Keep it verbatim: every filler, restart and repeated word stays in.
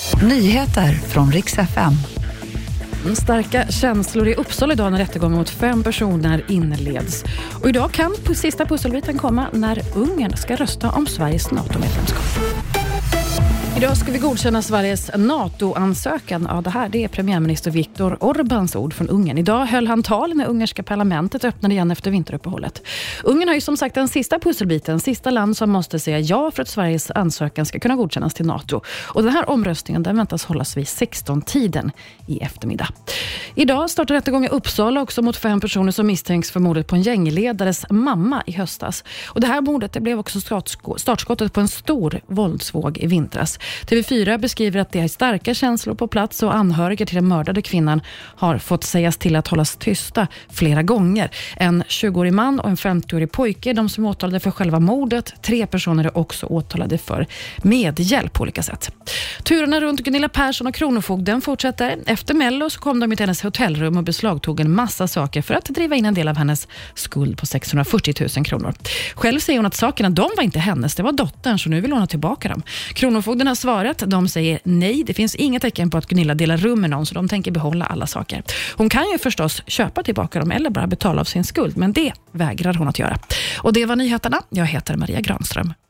Nyheter från Rix F M. Starka känslor i Uppsala idag när rättegången mot fem personer inleds. Och idag kan sista pusselbiten komma när Ungern ska rösta om Sveriges NATO-medlemskap. Idag ska vi godkänna Sveriges NATO-ansökan. Ja, det här det är premiärminister Viktor Orbáns ord från Ungern. Idag höll han tal när ungerska parlamentet öppnade igen efter vinteruppehållet. Ungern har ju som sagt den sista pusselbiten, sista land som måste säga ja för att Sveriges ansökan ska kunna godkännas till NATO. Och den här omröstningen den väntas hållas vid sexton-tiden i eftermiddag. Idag startar rättegången i Uppsala också mot fem personer som misstänks för mordet på en gängledares mamma i höstas. Och det här mordet det blev också startskottet på en stor våldsvåg i vintras. T V fyra beskriver att det är starka känslor på plats och anhöriga till den mördade kvinnan har fått sägas till att hållas tysta flera gånger. En tjugoårig man och en femtioårig pojke är de som är åtalade för själva mordet. Tre personer är också åtalade för medhjälp på olika sätt. Turerna runt Gunilla Persson och Kronofogden fortsätter. Efter Mello så kom de till hennes hotellrum och beslagtog en massa saker för att driva in en del av hennes skuld på sexhundrafyrtio tusen kronor. Själv säger hon att sakerna de var inte hennes, det var dottern, så nu vill hon ha tillbaka dem. Kronofogden har svarat, de säger nej, det finns inga tecken på att Gunilla delar rum med någon så de tänker behålla alla saker. Hon kan ju förstås köpa tillbaka dem eller bara betala av sin skuld, men det vägrar hon att göra. Och det var nyheterna, jag heter Maria Granström.